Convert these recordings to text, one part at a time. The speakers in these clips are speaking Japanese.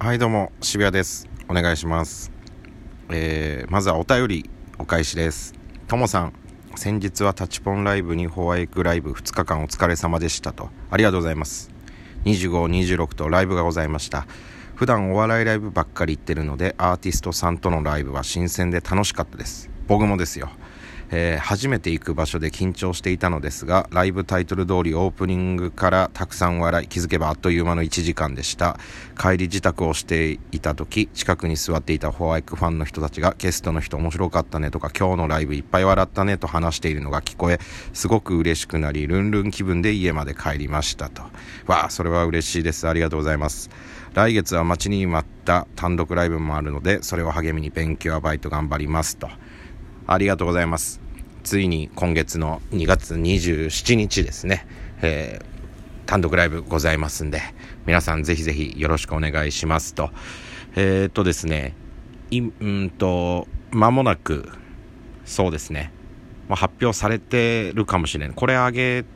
はいどうも渋谷です。お願いします。まずはお便りお返しです。ともさん、先日はタチポンライブにホワイクライブ2日間お疲れ様でしたと。ありがとうございます。25、26とライブがございました。普段お笑いライブばっかり行ってるのでアーティストさんとのライブは新鮮で楽しかったです。僕もですよ。初めて行く場所で緊張していたのですが、ライブタイトル通りオープニングからたくさん笑い、気づけばあっという間の1時間でした。帰り自宅をしていた時、近くに座っていたホワイクファンの人たちが、ゲストの人面白かったねとか、今日のライブいっぱい笑ったねと話しているのが聞こえ、すごく嬉しくなり、ルンルン気分で家まで帰りましたと。わあ、それは嬉しいです。ありがとうございます。来月は待ちに待った単独ライブもあるので、それを励みに勉強やバイト頑張りますと。ありがとうございます。ついに今月の2月27日ですね、単独ライブございますんで、皆さんぜひぜひよろしくお願いしますと。ですね、間もなく、そうですね、発表されてるかもしれない。これ2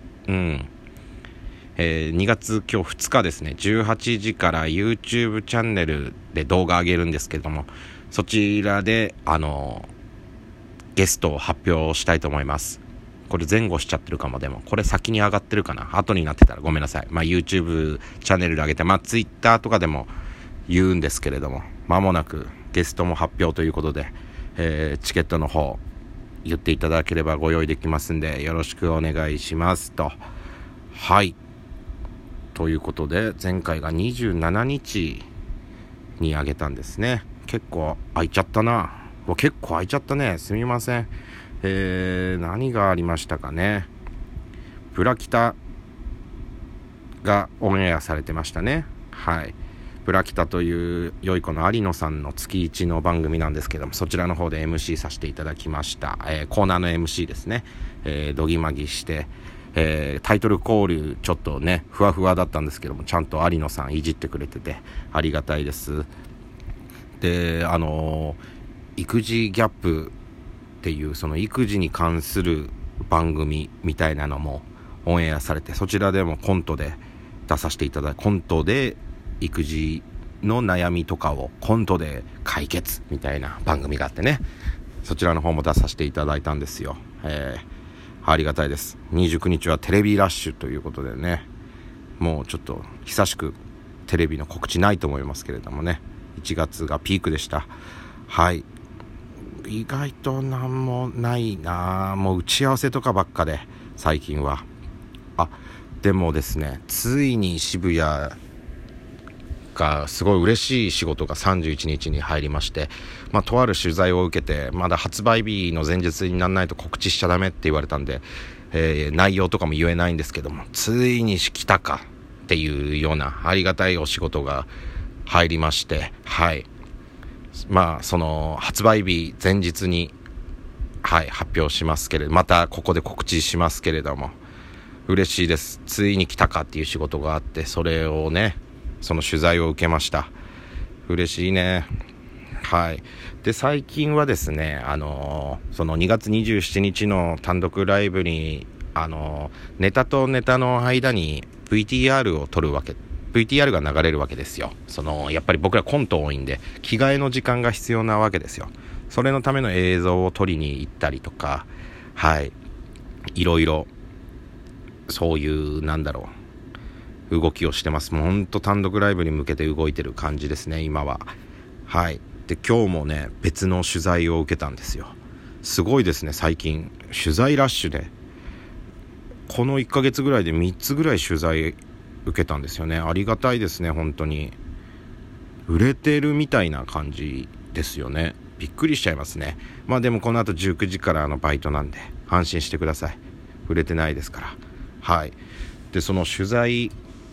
月今日2日ですね、18時から YouTube チャンネルで動画上げるんですけども、そちらでゲストを発表したいと思います。これ前後しちゃってるかも。でもこれ先に上がってるかな、後になってたらごめんなさい。YouTube チャンネルで上げて、Twitter とかでも言うんですけれども、間もなくゲストも発表ということで、チケットの方言っていただければご用意できますんで、よろしくお願いしますと。はい、ということで、前回が27日に上げたんですね。結構空いちゃったな。結構空いちゃったね。すみません。何がありましたかね。ブラキタがオンエアされてましたね。はい。ブラキタという良い子の有野さんの月1の番組なんですけども、そちらの方で MC させていただきました。コーナーの MC ですね。どぎまぎして、タイトルコールちょっとねふわふわだったんですけども、ちゃんと有野さんいじってくれててありがたいです。で、育児ギャップっていう、その育児に関する番組みたいなのもオンエアされて、そちらでもコントで出させていただいて、コントで育児の悩みとかをコントで解決みたいな番組があってね、そちらの方も出させていただいたんですよ。ありがたいです。29日はテレビラッシュということでね、もうちょっと久しくテレビの告知ないと思いますけれどもね、1月がピークでした。はい、意外となんもないな。もう打ち合わせとかばっかで最近は。でもですね、ついに渋谷がすごい嬉しい仕事が31日に入りまして、とある取材を受けて、まだ発売日の前日にならないと告知しちゃダメって言われたんで、内容とかも言えないんですけども、ついに来たかっていうようなありがたいお仕事が入りまして、はい、その発売日前日に、発表しますけれど、またここで告知しますけれども、嬉しいです。ついに来たかっていう仕事があって、それをね、その取材を受けました。嬉しいね。はい。で、最近はですね、その2月27日の単独ライブに、ネタとネタの間に VTR を撮るわけ、VTR が流れるわけですよ。やっぱり僕らコント多いんで、着替えの時間が必要なわけですよ。それのための映像を撮りに行ったりとか、はい。いろいろ、そういう、動きをしてます。もうほんと単独ライブに向けて動いてる感じですね、今は。はい。で、今日もね、別の取材を受けたんですよ。すごいですね、最近。取材ラッシュで。この1ヶ月ぐらいで3つぐらい取材受けたんですよね。ありがたいですね、本当に。売れてるみたいな感じですよね。びっくりしちゃいますね。でもこの後19時からバイトなんで安心してください。売れてないですから。はい。で、その取材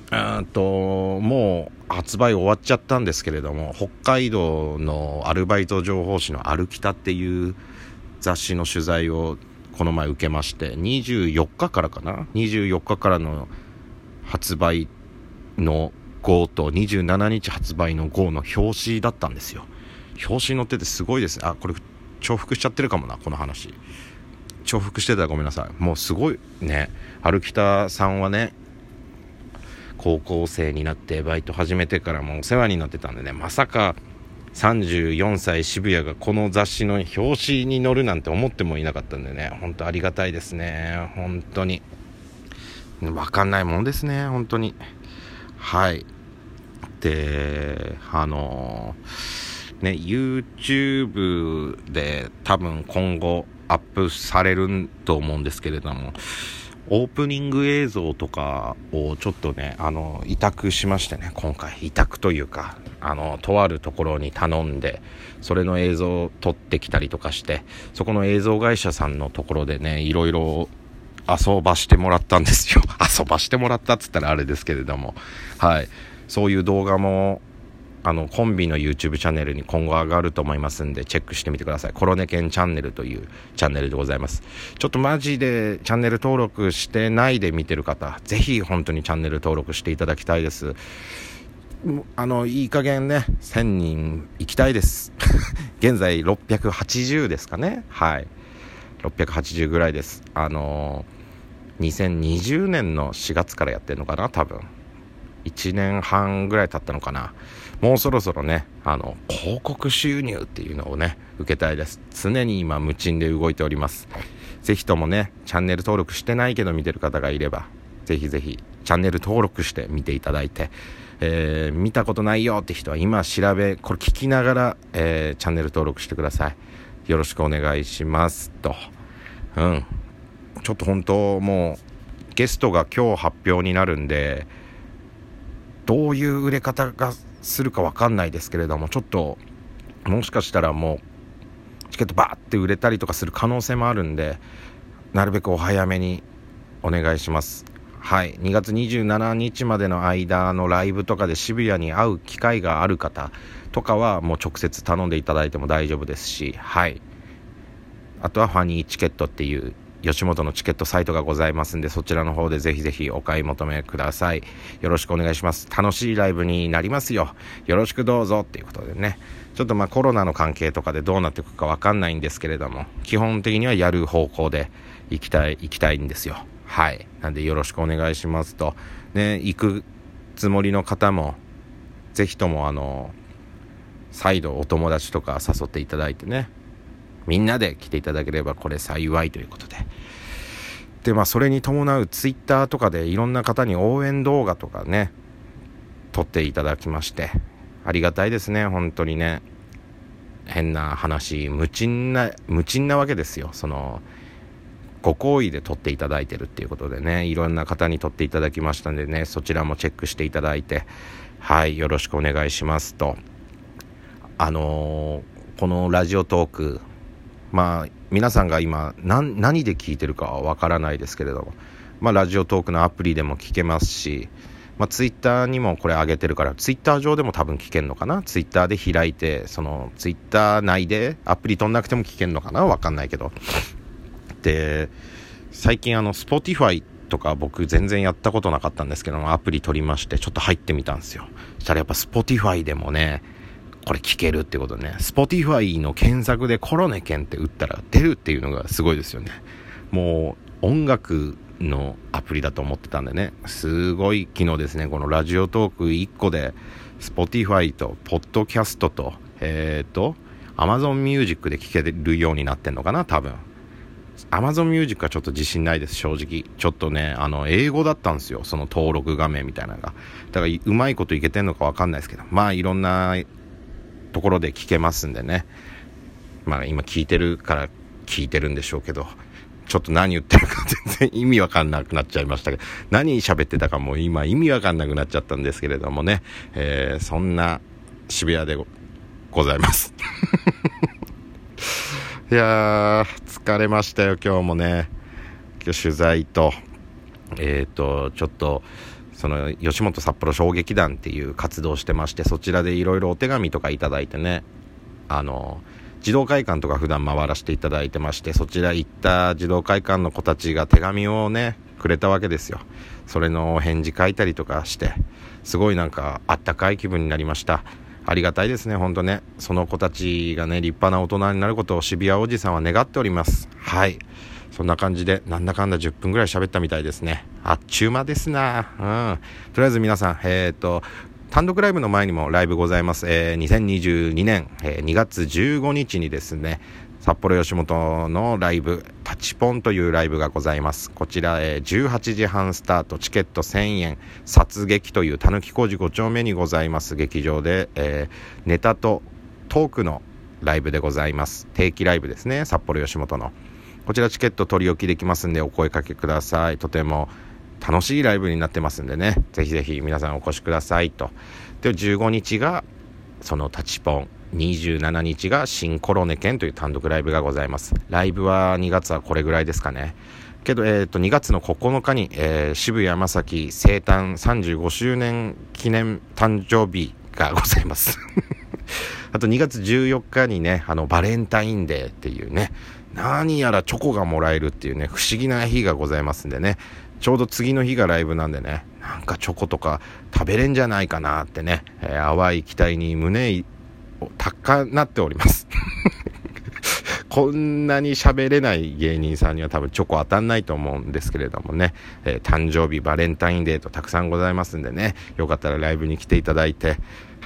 もう発売終わっちゃったんですけれども、北海道のアルバイト情報誌の歩きたっていう雑誌の取材をこの前受けまして、24日からかな、24日からの発売の号と27日発売の号の表紙だったんですよ。表紙載っててすごいですね。これ重複しちゃってるかもな、この話。重複してたらごめんなさい。もうすごいね。歩きたさんはね、 高校生になってバイト始めてからもお世話になってたんでね、まさか34歳渋谷がこの雑誌の表紙に載るなんて思ってもいなかったんでね、本当ありがたいですね。本当に分かんないもんですね、本当に。はい。でYouTube で多分今後アップされると思うんですけれども、オープニング映像とかをちょっとね委託しましてね、今回委託というかとあるところに頼んで、それの映像を撮ってきたりとかして、そこの映像会社さんのところでねいろいろ遊ばしてもらったんですよ遊ばしてもらったっつったらあれですけれども、はい、そういう動画もコンビの YouTube チャンネルに今後上がると思いますんで、チェックしてみてください。コロネケンチャンネルというチャンネルでございます。ちょっとマジでチャンネル登録してないで見てる方、ぜひ本当にチャンネル登録していただきたいです。いい加減ね1000人行きたいです現在680ですかね。はい、680ぐらいです。2020年の4月からやってるのかな、多分1年半ぐらい経ったのかな。もうそろそろね広告収入っていうのをね受けたいです。常に今無賃で動いております。ぜひともねチャンネル登録してないけど見てる方がいれば、ぜひぜひチャンネル登録して見ていただいて、見たことないよって人は今これ聞きながら、チャンネル登録してください。よろしくお願いしますと。ちょっと本当もうゲストが今日発表になるんで、どういう売れ方がするか分かんないですけれども、ちょっともしかしたらもうチケットバーって売れたりとかする可能性もあるんで、なるべくお早めにお願いします。はい、2月27日までの間のライブとかで渋谷に会う機会がある方とかはもう直接頼んでいただいても大丈夫ですし、はい、あとはファニーチケットっていう吉本のチケットサイトがございますんで、そちらの方でぜひぜひお買い求めください。よろしくお願いします。楽しいライブになりますよ。よろしくどうぞっていうことでね、ちょっとコロナの関係とかでどうなっていくか分かんないんですけれども、基本的にはやる方向で行きたいんですよ。はい、なんでよろしくお願いしますとね。行くつもりの方もぜひとも再度お友達とか誘っていただいてね、みんなで来ていただければこれ幸いということで、それに伴うツイッターとかでいろんな方に応援動画とかね撮っていただきまして、ありがたいですね。本当にね、変な話無賃なわけですよ。ご好意で撮っていただいてるっていうことでね、いろんな方に撮っていただきましたんでね、そちらもチェックしていただいて、はい、よろしくお願いしますと。このラジオトーク、皆さんが今何で聞いてるかはわからないですけれども、ラジオトークのアプリでも聞けますし、ツイッターにもこれ上げてるから、ツイッター上でも多分聞けるのかな。ツイッターで開いて、そのツイッター内でアプリ取んなくても聞けるのかな、わかんないけど。で、最近Spotify とか僕全然やったことなかったんですけども、アプリ取りましてちょっと入ってみたんですよ。そしたらやっぱ Spotify でもねこれ聞けるってことでね、Spotify の検索でコロネケンって打ったら出るっていうのがすごいですよね。もう音楽のアプリだと思ってたんでね、すごい機能ですね。このラジオトーク1個で Spotify とポッドキャストとAmazon Music で聞けるようになってんのかな、多分。Amazon Music はちょっと自信ないです、正直。ちょっとね英語だったんですよ、その登録画面みたいなのが。だからうまいこといけてんのか分かんないですけど、いろんなところで聞けますんでね。今聞いてるから聞いてるんでしょうけど、ちょっと何言ってるか全然意味わかんなくなっちゃいましたけど、何喋ってたかも今意味わかんなくなっちゃったんですけれどもね、そんな渋谷でございますいやー疲れましたよ。今日もね、今日取材とちょっとその吉本札幌小劇団っていう活動をしてまして、そちらでいろいろお手紙とかいただいてね、児童会館とか普段回らせていただいてまして、そちら行った児童会館の子たちが手紙をねくれたわけですよ。それの返事書いたりとかして、すごいあったかい気分になりました。ありがたいですね、本当ね。その子たちがね立派な大人になることを渋谷おじさんは願っております。はい、 そんな感じでなんだかんだ10分ぐらい喋ったみたいですね。あっちゅう間ですな。とりあえず皆さん、単独ライブの前にもライブございます。2022年、2月15日にですね、札幌吉本のライブタチポンというライブがございます。こちら、18時半スタート、チケット1000円、殺撃というたぬき工事5丁目にございます劇場で、ネタとトークのライブでございます。定期ライブですね、札幌吉本の。こちらチケット取り置きできますんでお声かけください。とても楽しいライブになってますんでね、ぜひぜひ皆さんお越しくださいと。で、15日がそのタチポン、27日が新コロネ県という単独ライブがございます。ライブは2月はこれぐらいですかね。けど、2月の9日に、渋谷正樹生誕35周年記念誕生日がございますあと2月14日にね、バレンタインデーっていうね、何やらチョコがもらえるっていうね、不思議な日がございますんでね、ちょうど次の日がライブなんでね、なんかチョコとか食べれんじゃないかなってね、淡い期待に胸を高鳴っておりますこんなに喋れない芸人さんには多分チョコ当たんないと思うんですけれどもね、誕生日、バレンタインデーとたくさんございますんでね、よかったらライブに来ていただいて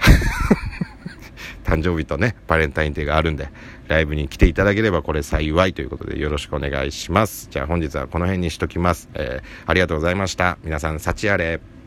誕生日とねバレンタインデーがあるんで、ライブに来ていただければこれ幸いということでよろしくお願いします。じゃあ本日はこの辺にしときます。ありがとうございました。皆さん幸あれ。